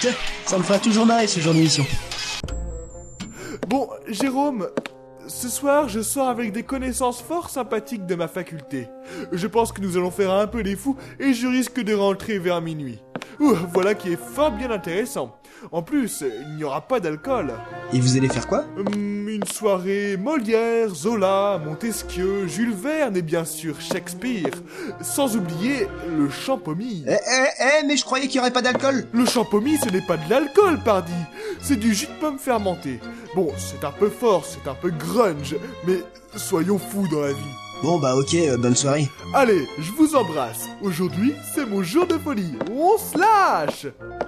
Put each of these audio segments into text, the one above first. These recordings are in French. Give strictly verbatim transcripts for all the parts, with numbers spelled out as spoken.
Tiens, ça me fera toujours marrer ce genre d'émission. Bon, Jérôme, ce soir, je sors avec des connaissances fort sympathiques de ma faculté. Je pense que nous allons faire un peu les fous et je risque de rentrer vers minuit. Ouh, voilà qui est fort bien intéressant. En plus, il n'y aura pas d'alcool. Et vous allez faire quoi? Hum, une soirée Molière, Zola, Montesquieu, Jules Verne et bien sûr Shakespeare. Sans oublier le champomis. Eh, eh, eh, mais je croyais qu'il n'y aurait pas d'alcool. Le champomis, ce n'est pas de l'alcool, pardi. C'est du jus de pomme fermenté. Bon, c'est un peu fort, c'est un peu grunge, mais soyons fous dans la vie. Bon bah ok, euh, bonne soirée. Allez, je vous embrasse. Aujourd'hui, c'est mon jour de folie. On se lâche.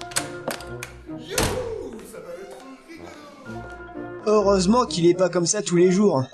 Youhou, ça va être rigolo. Heureusement qu'il est pas comme ça tous les jours.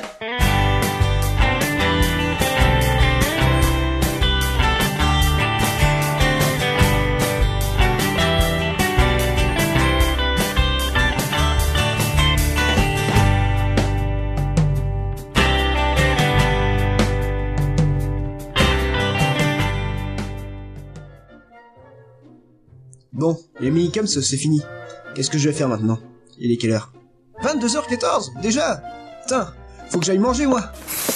Bon, les minicums c'est fini. Qu'est-ce que je vais faire maintenant? Il est quelle heure? vingt-deux heures quatorze, déjà. Putain, faut que j'aille manger moi.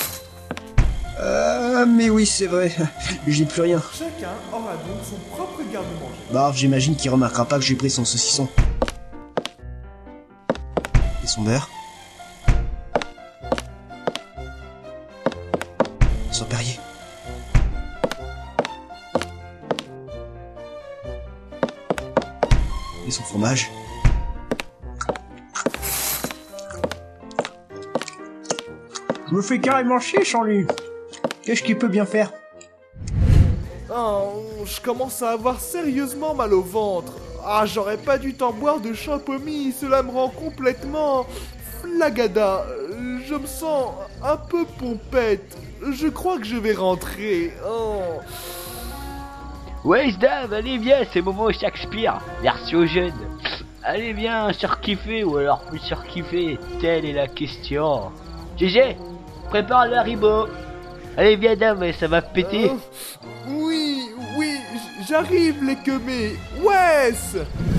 Euh, mais oui c'est vrai, j'ai plus rien. Chacun aura donc son propre garde-manger. Bah j'imagine qu'il remarquera pas que j'ai pris son saucisson. Et son beurre. Son Perrier. Et son fromage. Je me fais carrément chier sans lui. Qu'est-ce qu'il peut bien faire? Oh, je commence à avoir sérieusement mal au ventre. Ah, j'aurais pas dû t'en boire de champomis, cela me rend complètement flagada. Je me sens un peu pompette. Je crois que je vais rentrer. Oh. Ouais, Sdave, allez viens, c'est Momo Shakespeare, version jeune. Allez viens, surkiffé ou alors plus surkiffé, telle est la question. G G, prépare le haribo. Allez viens Dave, ça va péter. Euh, oui, oui, j'arrive les queumés. Wesh.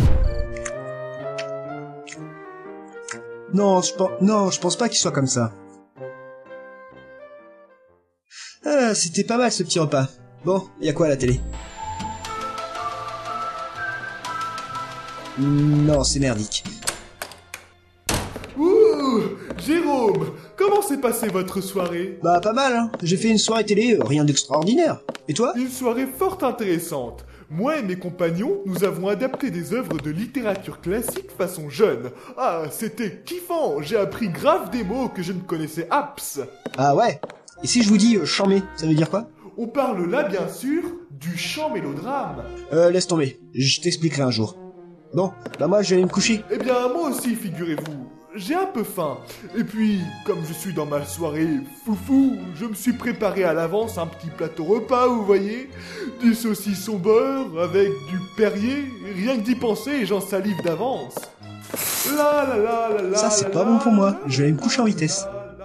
Non, je pense, non, je pense pas qu'il soit comme ça. Ah, c'était pas mal ce petit repas. Bon, y a quoi à la télé? Non, c'est merdique. Ouh, Jérôme, comment s'est passée votre soirée? Bah pas mal, hein. J'ai fait une soirée télé, euh, rien d'extraordinaire. Et toi? Une soirée fort intéressante. Moi et mes compagnons, nous avons adapté des œuvres de littérature classique façon jeune. Ah, c'était kiffant, j'ai appris grave des mots que je ne connaissais abs. Ah ouais. Et si je vous dis euh, chamé, ça veut dire quoi? On parle là, bien sûr, du chant mélodrame. Euh, laisse tomber. Je t'expliquerai un jour. Bon, bah moi je vais aller me coucher. Eh bien, moi aussi, figurez-vous. J'ai un peu faim. Et puis, comme je suis dans ma soirée foufou, je me suis préparé à l'avance un petit plateau repas, vous voyez. Du saucisson beurre avec du Perrier. Rien que d'y penser, j'en salive d'avance. La la la la la. Ça c'est la, pas la, bon pour moi. la, Je vais aller me coucher en vitesse.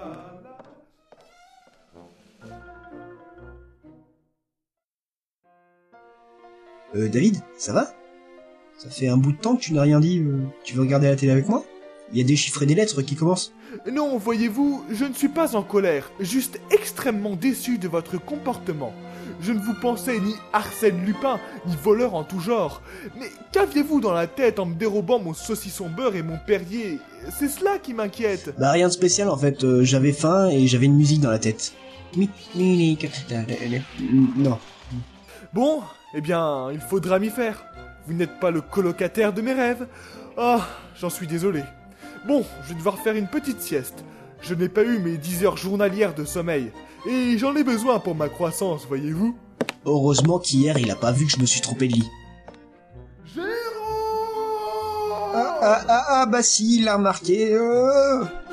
Euh, David, ça va? Ça fait un bout de temps que tu n'as rien dit. Euh, tu veux regarder la télé avec moi? Il y a des chiffres et des lettres qui commencent. Non, voyez-vous, je ne suis pas en colère, juste extrêmement déçu de votre comportement. Je ne vous pensais ni Arsène Lupin, ni voleur en tout genre. Mais qu'aviez-vous dans la tête en me dérobant mon saucisson beurre et mon Perrier? C'est cela qui m'inquiète. Bah rien de spécial en fait. Euh, j'avais faim et j'avais une musique dans la tête. Mi, mi, mi, non. Bon, eh bien, il faudra m'y faire. Vous n'êtes pas le colocataire de mes rêves. Ah, j'en suis désolé. Bon, je vais devoir faire une petite sieste. Je n'ai pas eu mes dix heures journalières de sommeil. Et j'en ai besoin pour ma croissance, voyez-vous. Heureusement qu'hier il a pas vu que je me suis trompé de lit. Jérôme! Ah ah ah, ah bah si, il l'a remarqué. Euh...